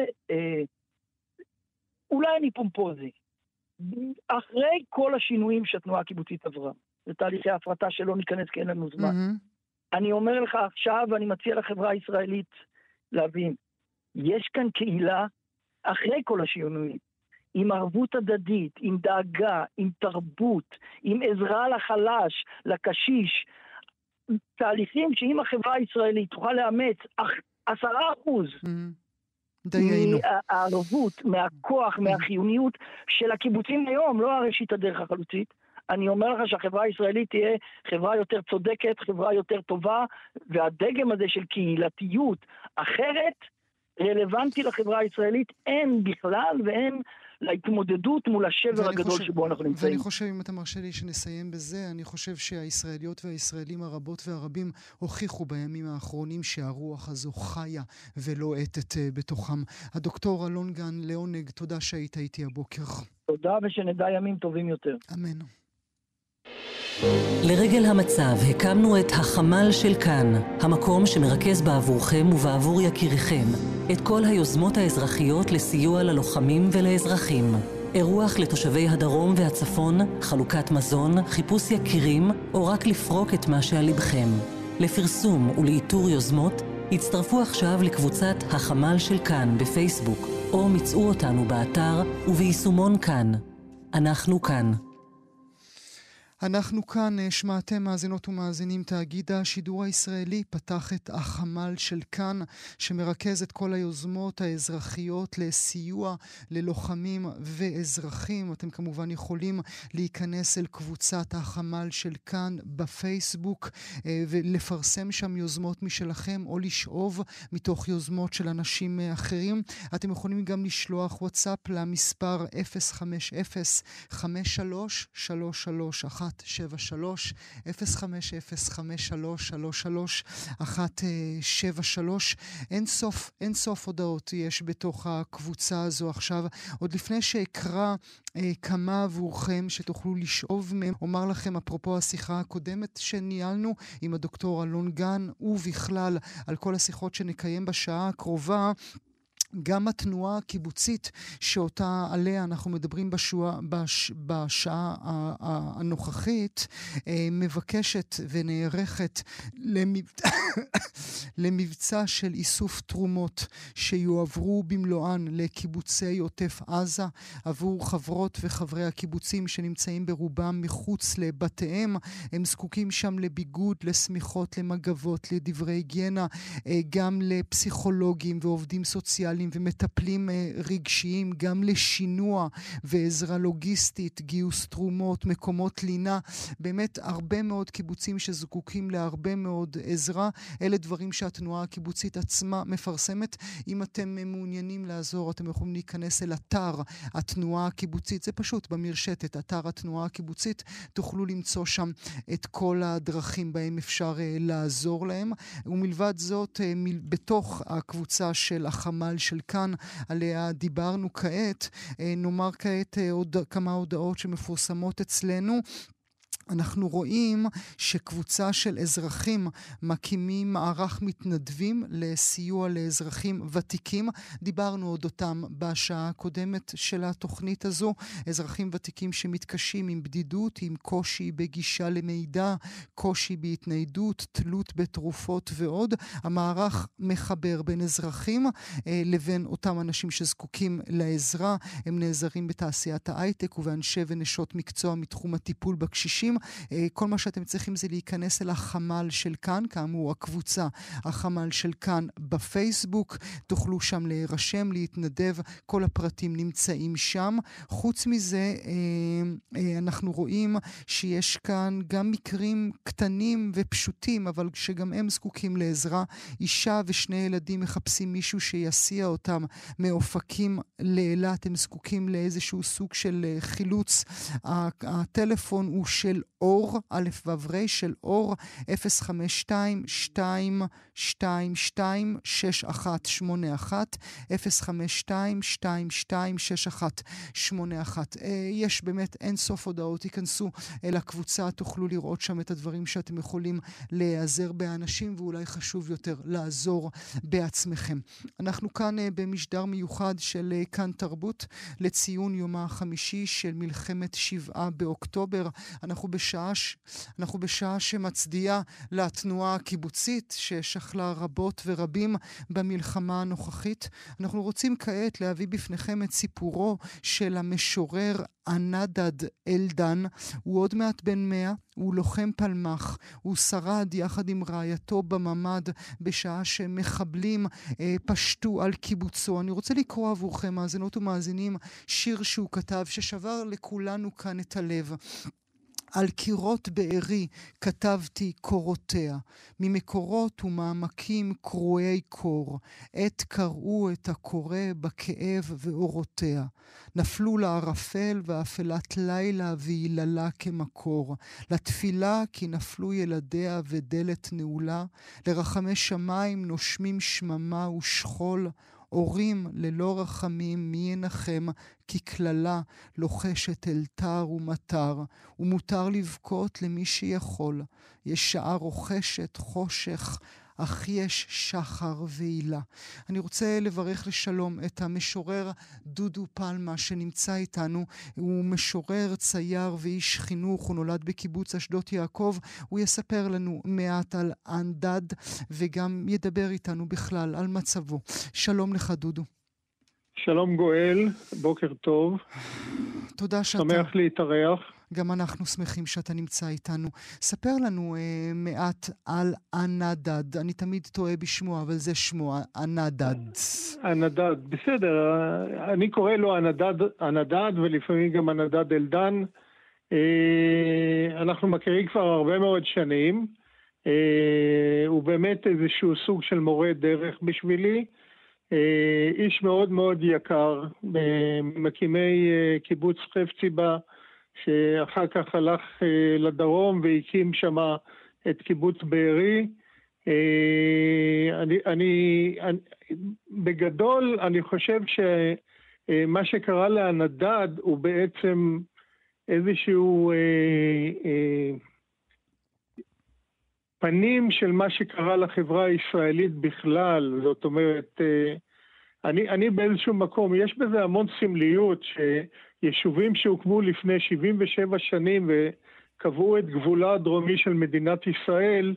אולי אני פומפוזי, אחרי כל השינויים שהתנועה הקיבוצית עברה, לתהליכי ההפרטה שלא ניכנס כי אין לנו זמן, אני אומר לך עכשיו, ואני מציע לחברה הישראלית להבין, יש כאן קהילה אחרי כל השינויים, עם ערבות הדדית, עם דאגה, עם תרבות, עם עזרה לחלש, לקשיש, תהליכים שאם החברה הישראלית תוכל לאמץ 10% מהערבות, מהכוח, מהחיוניות של הקיבוצים היום, לא הראשית הדרך החלוצית, אני אומר לך שהחברה הישראלית תהיה חברה יותר צודקת, חברה יותר טובה, והדגם הזה של קהילתיות אחרת רלוונטי לחברה הישראלית, אין בכלל ואין להתמודדות מול השבר הגדול שבו אנחנו נמצאים. ואני חושב, אם אתה מרשה לי שנסיים בזה, אני חושב שהישראליות והישראלים הרבות והרבים הוכיחו בימים האחרונים שהרוח הזו חיה ולועטת בתוכם. הדוקטור אלון גן, לעונג, תודה שהיית איתי הבוקר. תודה, ושנדע ימים טובים יותר. אמן. לרגל המצב הקמנו את החמ"ל של כאן, המקום שמרכז בעבורכם ובעבור יקיריכם את כל היוזמות האזרחיות לסיוע ללוחמים ולאזרחים. אירוח לתושבי הדרום והצפון, חלוקת מזון, חיפוש יקירים או רק לפרוק את מה שעל לבכם. לפרסום ולאיתור יוזמות, הצטרפו עכשיו לקבוצת החמ"ל של כאן בפייסבוק, או מצאו אותנו באתר וביישומון כאן. אנחנו כאן. אנחנו כאן, שמעתם מאזינות ומאזינים, תאגיד השידור הישראלי פתח את החמ"ל של כאן, שמרכז את כל היוזמות האזרחיות לסיוע ללוחמים ואזרחים. אתם כמובן יכולים להיכנס אל קבוצת החמ"ל של כאן בפייסבוק ולפרסם שם יוזמות משלכם או לשאוב מתוך יוזמות של אנשים אחרים. אתם יכולים גם לשלוח וואטסאפ למספר 050-53333173 אין סוף הודעות יש בתוך הקבוצה הזו עכשיו. עוד לפני שאקרא כמה עבורכם שתוכלו לשאוב מהם, אומר לכם אפרופו השיחה הקודמת שניהלנו עם הדוקטור אלון גן ובכלל על כל השיחות שנקיים בשעה הקרובה, גם התנועה הקיבוצית שאותה עליה אנחנו מדברים בשעה הנוכחית מבקשת ונערכת למבצע של איסוף תרומות שיועברו במלואן לקיבוצי עוטף עזה עבור חברות וחברי הקיבוצים שנמצאים ברובם מחוץ לבתיהם. הם זקוקים שם לביגוד, לסמיכות, למגבות, לדברי היגיינה, גם לפסיכולוגים ועובדים סוציאליים ומטפלים רגשיים, גם לשינוע ועזרה לוגיסטית, גיוס תרומות, מקומות לינה. באמת הרבה מאוד קיבוצים שזקוקים להרבה מאוד עזרה. אלה דברים שהתנועה הקיבוצית עצמה מפרסמת. אם אתם מעוניינים לעזור, אתם יכולים להיכנס אל אתר התנועה הקיבוצית. זה פשוט במרשתת, אתר התנועה הקיבוצית. תוכלו למצוא שם את כל הדרכים בהם אפשר לעזור להם. ומלבד זאת, בתוך הקבוצה של החמ"ל של כאן, עליה דיברנו כעת, נאמר כעת עוד כמה הודעות שמפורסמות אצלנו. אנחנו רואים שקבוצה של אזרחים מקימים מערך מתנדבים לסיוע לאזרחים ותיקים. דיברנו עוד אותם בשעה הקודמת של התוכנית הזו. אזרחים ותיקים שמתקשים עם בדידות, עם קושי בגישה למידע, קושי בהתניידות, תלות בתרופות ועוד. המערך מחבר בין אזרחים לבין אותם אנשים שזקוקים לעזרה. הם נעזרים בתעשיית ההייטק ובאנשי ונשות מקצוע מתחום הטיפול בקשישים. כל מה שאתם צריכים זה להיכנס אל החמ"ל של כאן, כאמור הקבוצה החמ"ל של כאן בפייסבוק, תוכלו שם להירשם, להתנדב, כל הפרטים נמצאים שם. חוץ מזה אנחנו רואים שיש כאן גם מקרים קטנים ופשוטים, אבל שגם הם זקוקים לעזרה. אישה ושני ילדים מחפשים מישהו שיסיע אותם מאופקים לאילת, הם זקוקים לאיזשהו סוג של חילוץ. הטלפון הוא של אור, א' ו' ר' של אור, 052-222-6181, 052-222-6181. יש באמת אין סוף הודעות, תיכנסו לקבוצה, תוכלו לראות שם את הדברים שאתם יכולים להיעזר באנשים, ואולי חשוב יותר לעזור בעצמכם. אנחנו כאן במשדר מיוחד של כאן תרבות, לציון יומה החמישי של מלחמת 7 באוקטובר. אנחנו בשעה שמצדיעה לתנועה הקיבוצית ששכלה רבות ורבים במלחמה הנוכחית. אנחנו רוצים כעת להביא בפניכם את סיפורו של המשורר אנדד אלדן. הוא עוד מעט בן 100, הוא לוחם פלמח, הוא שרד יחד עם רעייתו בממד בשעה שמחבלים פשטו על קיבוצו. אני רוצה לקרוא עבורכם, מאזינות ומאזינים, שיר שהוא כתב ששבר לכולנו כאן את הלב. על קירות בארי כתבתי קורותיה, ממקורות ומעמקים קרועי קור, עת קראו את הקורא בכאב ואורותיה. נפלו לערפל ואפלת לילה ויללה כמקור, לתפילה כי נפלו ילדיה ודלת נעולה, לרחמי שמיים נושמים שממה ושכול, הורים ללא רחמים מי ינחם, כי כללה לוחשת אל תר ומטר, ומותר לבכות למי שיכול. יש שעה רוחשת חושך, אך יש שחר ועילה. אני רוצה לברך לשלום את המשורר דודו פלמה שנמצא איתנו. הוא משורר, צייר ואיש חינוך, הוא נולד בקיבוץ אשדות יעקב. הוא יספר לנו מעט על אנדד וגם ידבר איתנו בכלל על מצבו. שלום לך דודו. שלום גואל, בוקר טוב. תודה שאתה... שמח להתארח. גם אנחנו שמחים שאתה נמצא איתנו. ספר לנו מעט על אנדד. אני תמיד טועה בשמו, אבל זה שמו, אנדד. אנדד, בסדר. אני קורא לו אנדד ולפעמים גם אנדד אלדן. אנחנו מכירים כבר הרבה מאוד שנים. הוא באמת איזשהו סוג של מורה דרך בשבילי. איש מאוד מאוד יקר, מקימי קיבוץ חפציבה, שאחר כך הלך לדרום והקים שם את קיבוץ בארי. בגדול אני חושב שמה שקרה לאנדד הוא בעצם איזשהו פנים של מה שקרה לחברה הישראלית בכלל. זאת אומרת, אני באיזשהו מקום, יש בזה המון סמליות שיישובים שהוקמו לפני 77 שנים וקבעו את גבולה הדרומי של מדינת ישראל,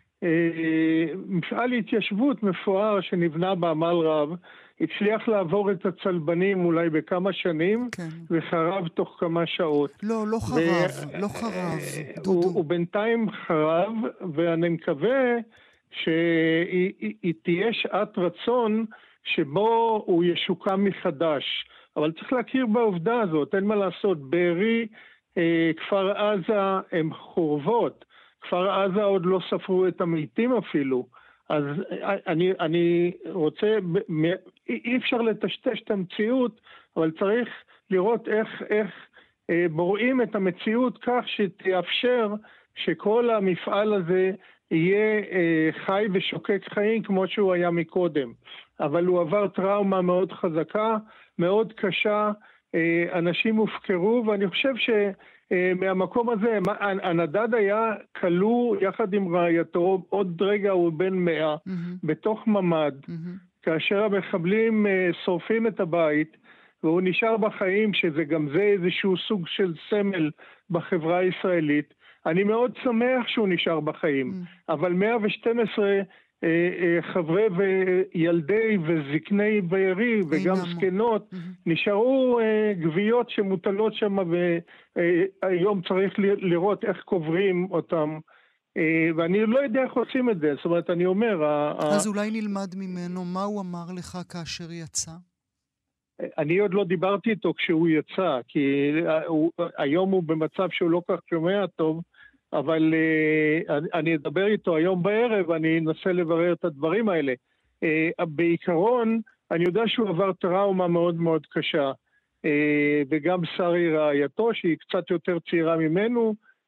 מפעל התיישבות מפואר שנבנה בעמל רב, הצליח לעבור את הצלבנים אולי בכמה שנים, כן. וחרב תוך כמה שעות. לא חרב, דודו. הוא בינתיים חרב, ואני מקווה שהיא תהיה שעת רצון שבו הוא ישוקם מחדש. אבל צריך להכיר בעובדה הזאת, אין מה לעשות. בארי, כפר עזה הם חורבות. כפר עזה עוד לא ספרו את המתים אפילו. אז אני רוצה, אי אפשר לטשטש את המציאות, אבל צריך לראות איך בוראים את המציאות כך שתאפשר שכל המפעל הזה יהיה חי ושוקק חיים כמו שהוא היה מקודם. אבל הוא עבר טראומה מאוד חזקה, מאוד קשה, אנשים הופקרו, ואני חושב מהמקום הזה, אנדד היה כלוא יחד עם רעייתו, עוד רגע הוא בן 100, בתוך ממד, כאשר המחבלים שורפים את הבית, והוא נשאר בחיים, שזה גם זה איזשהו סוג של סמל בחברה הישראלית. אני מאוד שמח שהוא נשאר בחיים, אבל 112 חברי וילדי וזקני בארי וגם זקנות נשארו גוויות שמוטלות שם, והיום צריך לראות איך קוברים אותם, ואני לא יודע איך עושים את זה. זאת אומרת, אני אומר... אז אולי נלמד ממנו מה הוא אמר לך כאשר יצא? אני עוד לא דיברתי איתו כשהוא יצא, כי היום הוא במצב שהוא לא כך שומע טוב, אבל אני אדבר איתו היום בערב, אני אנסה לברר את הדברים האלה. בעיקרון, אני יודע שהוא עבר טראומה מאוד מאוד קשה, וגם שרי רעייתו, שהיא קצת יותר צעירה ממנו,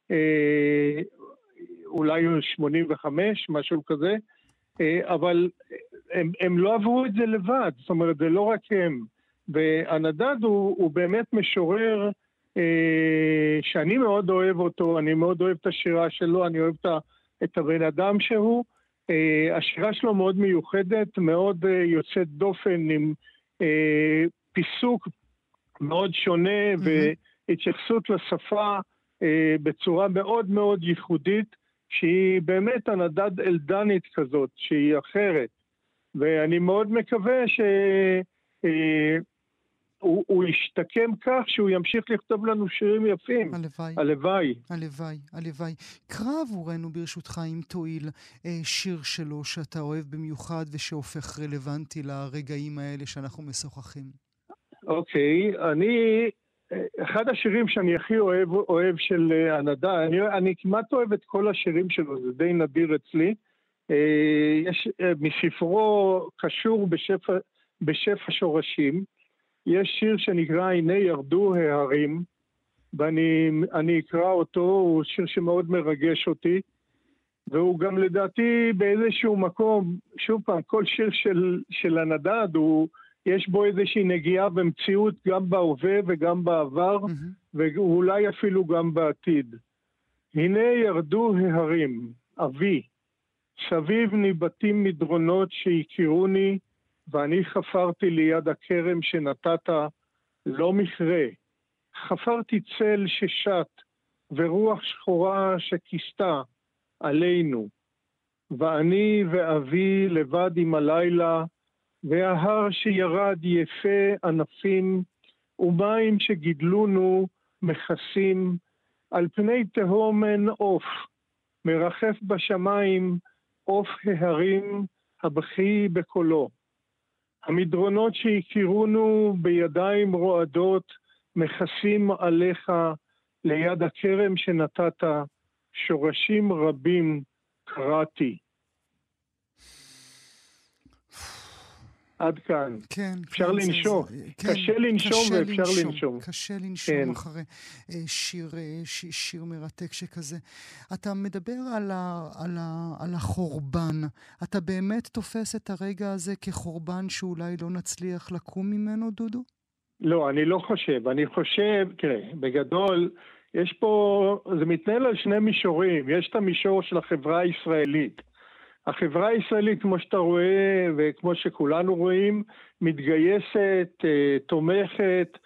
אולי 85, משהו כזה, אבל הם לא עברו את זה לבד, זאת אומרת, זה לא רק הם. והנדד הוא באמת משורר שאני מאוד אוהב אותו, אני מאוד אוהב את השירה שלו, אני אוהב את הבן אדם שהוא. השירה שלו מאוד מיוחדת, מאוד יוצאת דופן, עם פיסוק מאוד שונה והתייחסות לשפה בצורה מאוד מאוד ייחודית, שהיא באמת הנדד אלדנית כזאת, שהיא אחרת. ואני מאוד מקווה שהוא ישתקם כך שהוא ימשיך לכתוב לנו שירים יפים. הלוואי. הלוואי, הלוואי. קרא עבורנו ברשותך אם תועיל שיר שלו שאתה אוהב במיוחד ושהופך רלוונטי לרגעים האלה שאנחנו משוחחים. אוקיי, אחד השירים שאני הכי אוהב של הנדד, אני כמעט אוהב את כל השירים שלו, זה די נדיר אצלי. יש מספרו קשור בשפע שורשים, יש שיר שנקרא הנה ירדו ההרים, ואני אקרא אותו, הוא שיר שמאוד מרגש אותי, והוא גם לדעתי באיזשהו מקום, שוב פעם, כל שיר של הנדד, יש בו איזושהי נגיעה במציאות גם בהווה וגם בעבר, ואולי אפילו גם בעתיד. הנה ירדו ההרים, אבי, סביב ניבטים מדרונות שהכירוני, ואני חפרתי ליד הכרם שנתת, לא מכרה. חפרתי צל ששט, ורוח שחורה שכיסתה עלינו. ואני ואבי לבד עם הלילה, וההר שירד יפה ענפים, ומים שגידלונו מכסים, על פני תהום אין עוף, מרחף בשמיים עוף ההרים הבכי בקולו. המדרונות שהכירונו בידיים רועדות, מכסים עליך ליד הכרם שנתת, שורשים רבים קראתי. עד כאן. כן. אפשר לנשום. קשה לנשום ואפשר לנשום. קשה לנשום אחרי שיר מרתק שכזה. אתה מדבר על החורבן. אתה באמת תופס את הרגע הזה כחורבן שאולי לא נצליח לקום ממנו, דודו? לא, אני לא חושב. אני חושב, תראה, בגדול, יש פה, זה מתנהל על שני מישורים. יש את המישור של החברה הישראלית. החברה הישראלית, כמו שאתה רואה וכמו שכולנו רואים, מתגייסת, תומכת,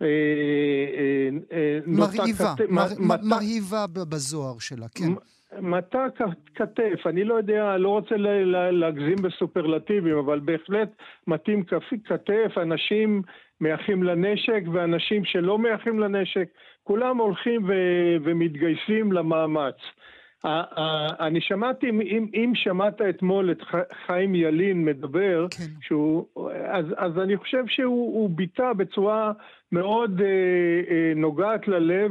מרהיבה בזוהר שלה, כן. מטה כתף, אני לא יודע, לא רוצה להגזים בסופרלטיבים, אבל בהחלט מתאים כתף, אנשים מייחים לנשק ואנשים שלא מייחים לנשק, כולם הולכים ומתגייסים למאמץ. אני שמעתי, אם שמעת אתמול את חיים ילין מדבר, אז אני חושב שהוא ביטא בצורה מאוד נוגעת ללב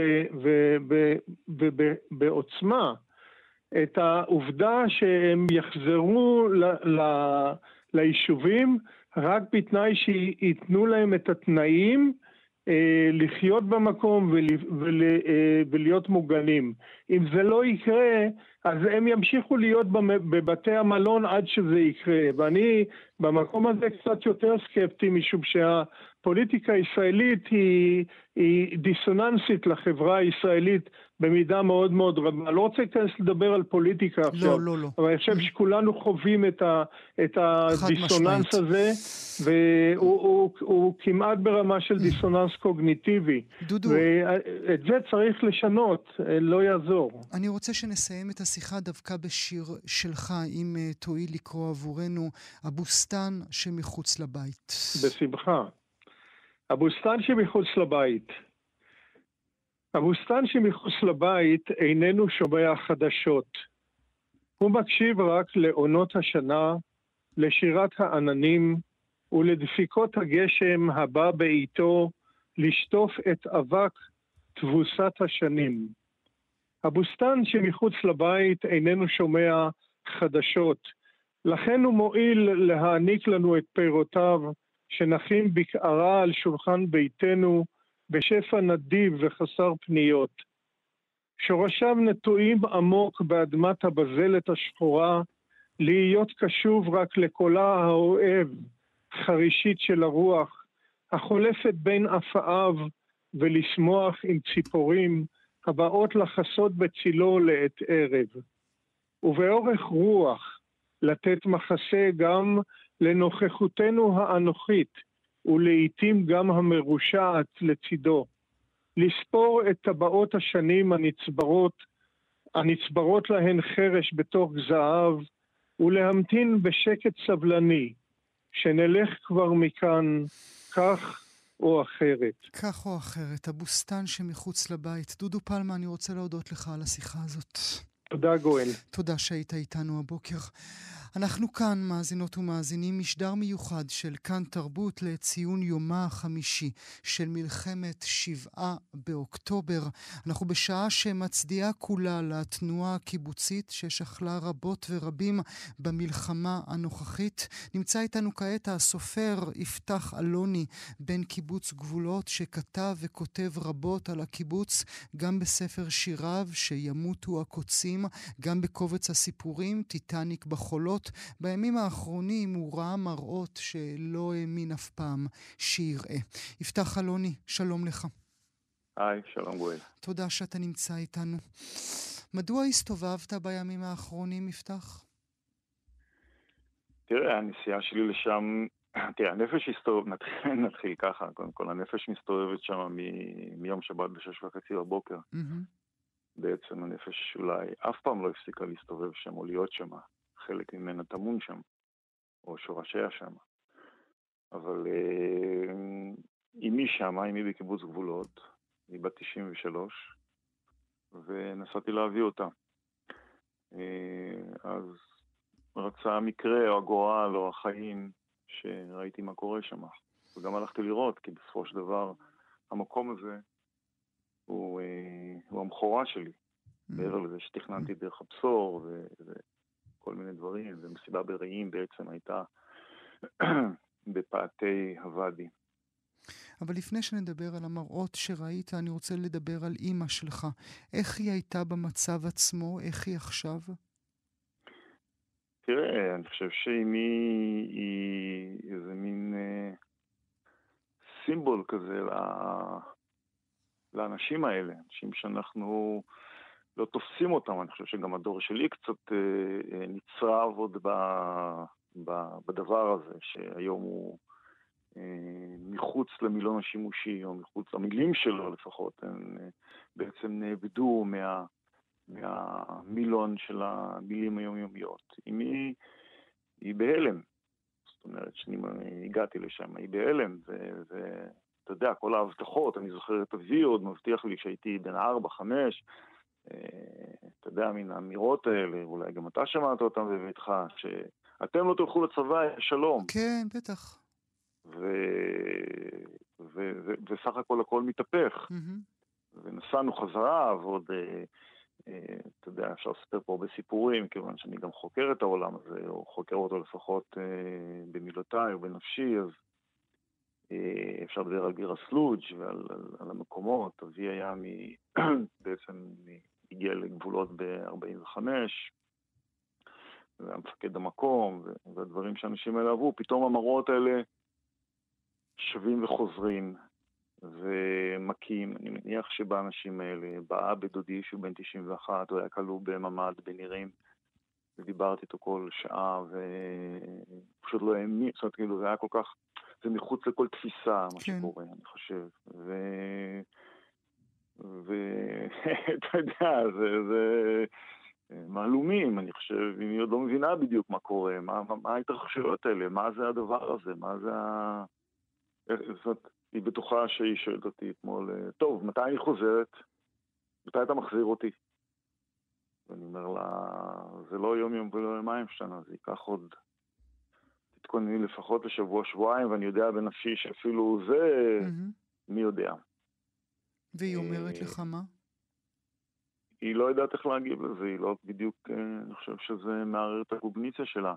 ובעוצמה את העובדה שהם יחזרו ליישובים רק בתנאי שיתנו להם את התנאים לחיות במקום ולהיות מוגנים. אם זה לא יקרה, אז הם ימשיכו להיות בבתי המלון עד שזה יקרה. ואני במקום הזה קצת יותר סקפטי, משום שהפוליטיקה הישראלית היא דיסוננסית לחברה הישראלית במידה מאוד מאוד רבה. לא רוצה לדבר על פוליטיקה עכשיו, לא. אבל אני חושב שכולנו חווים את הדיסוננס הזה, והוא כמעט ברמה של דיסוננס קוגניטיבי. דודו. ואת זה צריך לשנות, לא יעזור. אני רוצה שנסיים את השיחה דווקא בשיר שלך, אם תואיל לקרוא עבורנו, הבוסתן שמחוץ לבית. בשמחה. הבוסתן שמחוץ לבית. הבוסתן שמחוץ לבית איננו שומע חדשות. הוא מקשיב רק לעונות השנה, לשירת העננים ולדפיקות הגשם הבא בעיתו, לשטוף את אבק תבוסת השנים. הבוסתן שמחוץ לבית איננו שומע חדשות, לכן הוא מועיל להעניק לנו את פירותיו, שנחים בקערה על שולחן ביתנו, בשפע נדיב וחסר פניות. שורשיו נטועים עמוק באדמת הבזלת השחורה, להיות קשוב רק לקולה האוהב, חרישית של הרוח, החולפת בין אפאיו, ולשמוח עם ציפורים, הבאות לחסות בצילו לעת ערב. ובאורך רוח, לתת מחסה גם לנוכחותנו האנוכית, ולעיתים גם המרושעת לצידו. לספור את טבעות השנים הנצברות להן חרש בתוך זהב, ולהמתין בשקט סבלני, שנלך כבר מכאן כך או אחרת. כך או אחרת, הבוסתן שמחוץ לבית. דודו פלמה, אני רוצה להודות לך על השיחה הזאת. תודה גואל. תודה שהיית איתנו הבוקר. אנחנו כאן, מאזינות ומאזינים, משדר מיוחד של כאן תרבות לציון יומה החמישי של מלחמת 7 באוקטובר. אנחנו בשעה שמצדיעה כולה לתנועה הקיבוצית ששכלה רבות ורבים במלחמה הנוכחית. נמצא איתנו כעת הסופר יפתח אלוני, בן קיבוץ גבולות, שכתב וכותב רבות על הקיבוץ, גם בספר שיריו שימותו הקוצים, גם בקובץ הסיפורים טיטניק בחולות. בימים האחרונים הוא ראה מראות שלא האמין אף פעם שיראה. יפתח אלוני, שלום לך. היי, שלום גואל. תודה שאתה נמצא איתנו. מדוע הסתובבת בימים האחרונים, יפתח? תראה, הנסיעה שלי לשם, תראה, הנפש נתחיל ככה, קודם כל, הנפש מסתובבת שם מיום שבת ב6:30 בבוקר. בעצם הנפש אולי אף פעם לא הפסיקה להסתובב שם או להיות שם. חלק ממנה תמון שם, או שורשיה שם. אבל אמי שמה, אמי בקיבוץ גבולות, היא בת 93, ונסעתי להביא אותה. אז רצה המקרה, או הגורל, או החיים, שראיתי מה קורה שם. וגם הלכתי לראות, כי בסופו של דבר, המקום הזה הוא המחורה שלי. מעבר לזה שתכננתי דרך הבשור, כל מיני דברים, ומסיבה ברעים בעצם הייתה בפאתי הוואדי. אבל לפני שנדבר על המראות שראית, אני רוצה לדבר על אמא שלך. איך היא הייתה במצב עצמו? איך היא עכשיו? תראה, אני חושב שאמי היא איזה מין סימבול כזה לאנשים האלה, אנשים שאנחנו לא תופסים אותם. אני חושב שגם הדור שלי קצת נצרב עוד בדבר הזה, שהיום הוא מחוץ למילון השימושי, או מחוץ, המילים שלו לפחות, הם בעצם נאבדו מהמילון של המילים היומיומיות. אמי היא בהלם, זאת אומרת, שאני הגעתי לשם, היא בהלם, ואתה יודע, כל ההבטחות, אני זוכר את אבי עוד מבטיח לי שהייתי בן 4-5, אתה יודע, מן האמירות האלה, אולי גם אתה שמעת אותם בביתך, שאתם לא תלכו לצבא, שלום. כן, בטח. וסך הכל מתהפך. ונסענו חזרה, ועוד, אתה יודע, אפשר לספר פה הרבה סיפורים, כיוון שאני גם חוקר את העולם הזה, או חוקר אותו לפחות במילותיי או בנפשי, אז אפשר לדבר על ביר הסלוג' ועל המקומות. אבי היה בעצם הגיע לגבולות ב-45, והמפקד המקום, והדברים שהאנשים האלה עברו, פתאום המראות האלה שווים וחוזרים, ומקים. אני מניח שבאנשים האלה, באה בדודי שהוא בן 91, הוא היה כלוא בממד בנירים, ודיברתי איתו כל שעה, ופשוט לא האמין, זאת אומרת, כאילו, זה היה כל כך, זה מחוץ לכל תפיסה, מה שקורה, אני חושב. ואתה יודע, זה מעלומים, אני חושב, אם היא עוד לא מבינה בדיוק מה קורה, מה ההתרחשויות האלה, מה זה הדבר הזה, מה זה זאת אומרת, היא בטוחה שהיא שואלת אותי אתמול, טוב, מתי אני חוזרת? מתי אתה מחזיר אותי? ואני אומר לה, זה לא יום ולא יומיים שנה, זה ייקח עוד, תתכונני לפחות לשבוע-שבועיים, ואני יודע בנפשי שאפילו זה, מי יודע. והיא אומרת לך מה? היא לא יודעת איך להגיב לזה, היא לא בדיוק, אני חושב שזה מערער את הקוגניציה שלה.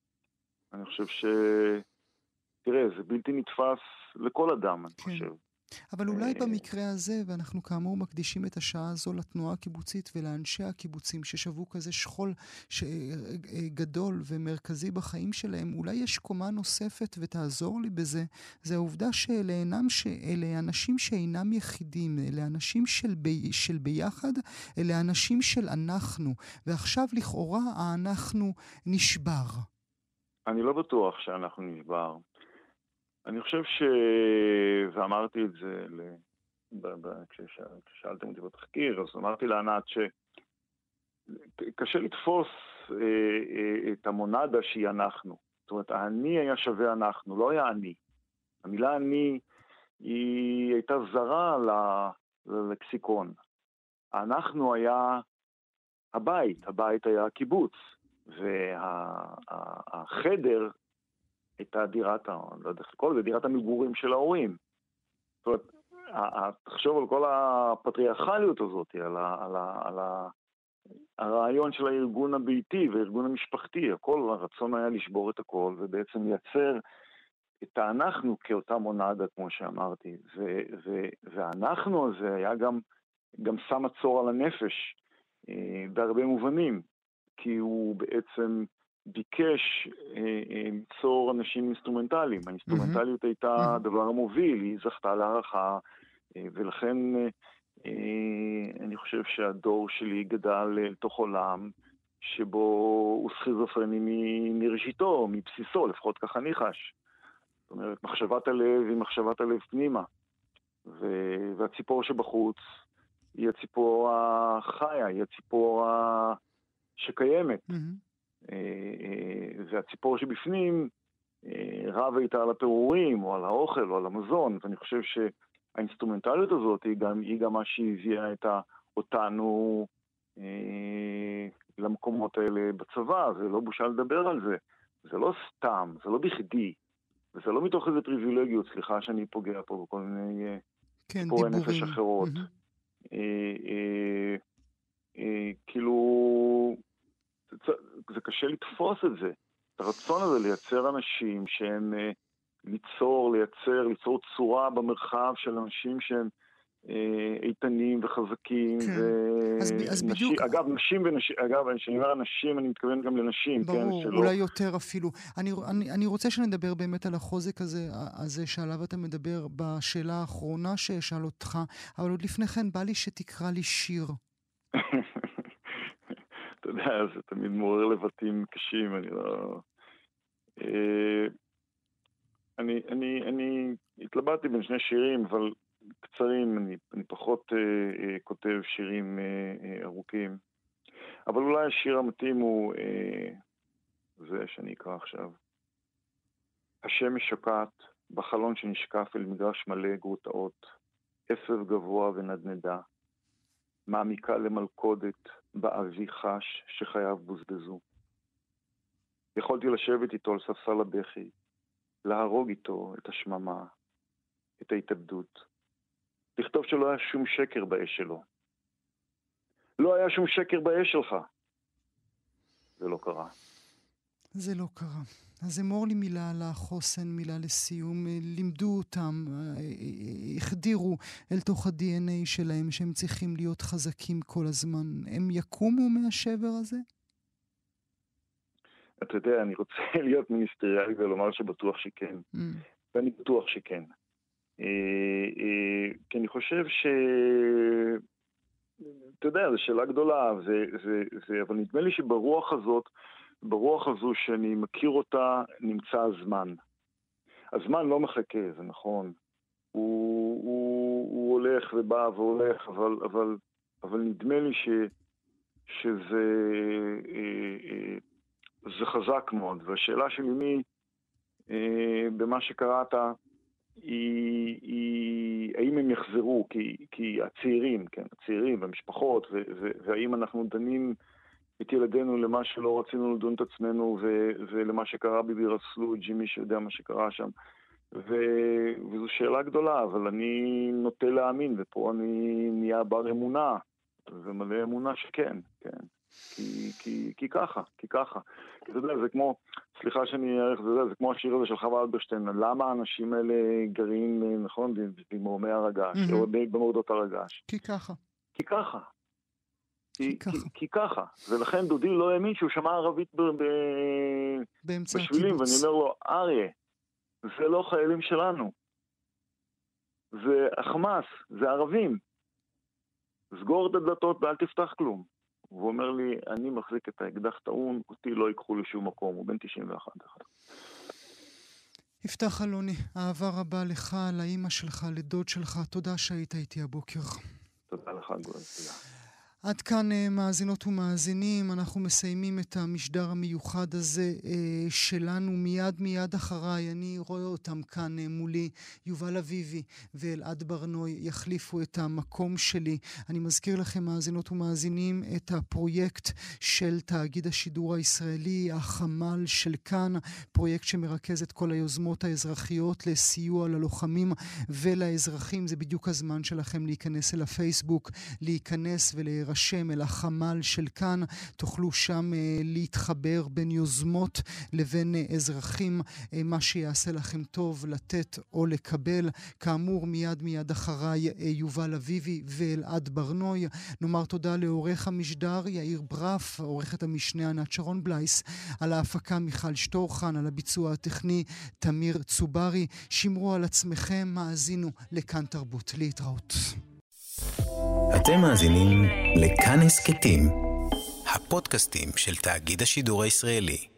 אני חושב תראה, זה בלתי נתפס לכל אדם, אני חושב. אבל אולי במקרה הזה, ואנחנו כאמור מקדישים את השעה הזו לתנועה הקיבוצית ולאנשי הקיבוצים ששבו כזה שכול גדול ומרכזי בחיים שלהם, אולי יש קומה נוספת ותעזור לי בזה, זה העובדה שאלה אנשים שאינם יחידים, אלה אנשים של ביחד, אלה אנשים של אנחנו, ועכשיו לכאורה אנחנו נשבר. אני לא בטוח שאנחנו נשבר. אני חושב ואמרתי את זה כששאלתם אותי בתחקיר, אז אמרתי לענת שקשה לתפוס את המונדה שהיא אנחנו. זאת אומרת, האני היה שווה אנחנו, לא היה אני. המילה אני היא הייתה זרה ללקסיקון. אנחנו היה הבית היה הקיבוץ, והחדר הייתה דירת המגורים של ההורים. זאת אומרת, תחשוב על כל הפטריארכליות הזאת, על הרעיון של הארגון הביתי והארגון המשפחתי, הרצון היה לשבור את הכל, ובעצם לייצר את האנחנו כאותה מונדה, כמו שאמרתי. והאנחנו הזה היה גם שם עצור על הנפש, בהרבה מובנים, כי הוא בעצם ביקש ליצור אנשים אינסטרומנטליים. האינסטרומנטליות הייתה הדבר המוביל, היא זכתה להערכה, ולכן אני חושב שהדור שלי גדל לתוך עולם שבו הוא סכיזופרני מראשיתו, מבסיסו, לפחות ככה אני חש. זאת אומרת, מחשבת הלב היא מחשבת הלב פנימה, והציפור שבחוץ היא הציפור החיה, היא הציפור שקיימת. והציפור שבפנים רב איתה על הפירורים, או על האוכל, או על המזון, ואני חושב שהאינסטרומנטליות הזאת היא גם מה שהביאה אותנו למקומות האלה בצבא. זה לא בושה לדבר על זה. זה לא סתם, זה לא בכדי, וזה לא מתוך איזה פריבילגיות, סליחה שאני פוגע פה בכל מיני ציפורי נפש אחרות. כאילו, זה קשה לתפוס את זה. את הרצון הזה לייצר אנשים שהם ליצור צורה במרחב של אנשים שהם איתנים וחזקים. אז בדיוק... אגב, נשים ונשים, כשאני אומר אנשים, אני מתכוון גם לנשים. ברור, אולי יותר אפילו. אני רוצה שנדבר באמת על החוזק הזה שעליו אתה מדבר בשאלה האחרונה שאשאל אותך, אבל עוד לפני כן בא לי שתקרא לי שיר. אתה יודע, זה תמיד מעורר לבטים קשים, אני לא... אני התלבטתי בין שני שירים, אבל קצרים, אני פחות כותב שירים ארוכים. אבל אולי השיר המתאים הוא זה שאני אקרא עכשיו. השמש שוקעת בחלון שנשקף אל מגרש מלא גרוטאות, עשב גבוה ונדנדה, מעמיקה למלכודת באבי חש שחייו בוזבזו. יכולתי לשבת איתו על ספסל הבכי, להרוג איתו את השממה, את ההתאבדות. לכתוב שלא היה שום שקר באש שלו. לא היה שום שקר באש שלך. זה לא קרה. זה לא קרה. אז אמור לי מילה על החוסן, מילה לסיום. לימדו אותם, החדירו אל תוך ה-DNA שלהם שהם צריכים להיות חזקים כל הזמן. הם יקומו מהשבר הזה? אתה יודע, אני רוצה להיות מיניסטריאלי ולומר שבטוח שכן. ואני בטוח שכן. כי אני חושב אתה יודע, זו שאלה גדולה, אבל נדמה לי שברוח הזו שאני מכיר אותה, נמצא הזמן. הזמן לא מחכה, זה נכון. הוא הולך ובא והולך, אבל נדמה לי שזה חזק מאוד. והשאלה שלי במה שקראת, האם הם יחזרו, כי הצעירים והמשפחות, והאם אנחנו דנים את ילדינו למה שלא רצינו לדון את עצמנו, ולמה שקרה בביר הסלוג', מי שיודע מה שקרה שם. וזו שאלה גדולה, אבל אני נוטה להאמין, ופה אני נהיה בר אמונה, ומלא אמונה שכן, כן. כי ככה. כי אתה יודע, זה כמו, סליחה שאני אערך, זה כמו השיר הזה של חווה אלברשטיין, למה האנשים האלה גרים, נכון, במרומי הרגש, או במורדות הרגש? כי ככה. כי ככה. ולכן דודי לא האמין שהוא שמע ערבית בשבילים, ואני אומר לו, אריה, זה לא חיילים שלנו. זה החמאס, זה ערבים. סגור את הדלתות ואל תפתח כלום. הוא אומר לי, אני מחזיק את האקדח טעון, אותי לא ייקחו לשום מקום, הוא בן 91. יפתח אלוני, אהבה רבה לך, לאמא שלך, לדוד שלך, תודה שהיית איתי הבוקר. תודה לך, גואל, תודה. עד כאן מאזינות ומאזינים, אנחנו מסיימים את המשדר המיוחד הזה שלנו מיד אחריי. אני רואה אותם כאן מולי, יובל אביבי ואלעד ברנוי יחליפו את המקום שלי. אני מזכיר לכם מאזינות ומאזינים את הפרויקט של תאגיד השידור הישראלי, החמ"ל של כאן, פרויקט שמרכז את כל היוזמות האזרחיות לסיוע ללוחמים ולאזרחים. זה בדיוק הזמן שלכם להיכנס אל הפייסבוק, להיכנס ולהירשם אל החמ"ל של כאן, תוכלו שם להתחבר בין יוזמות לבין אזרחים, מה שיעשה לכם טוב לתת או לקבל. כאמור מיד אחריי יובל אביבי ואלעד ברנוי. נאמר תודה לעורך המשדר יאיר ברף, עורכת המשנה ענת שרון בלייס, על ההפקה מיכל שטורחן, על הביצוע הטכני תמיר צוברי. שמרו על עצמכם, מאזינו לכאן תרבות. להתראות. אתם מאזינים לכאן הסכתים, הפודקאסטים של תאגיד השידור הישראלי.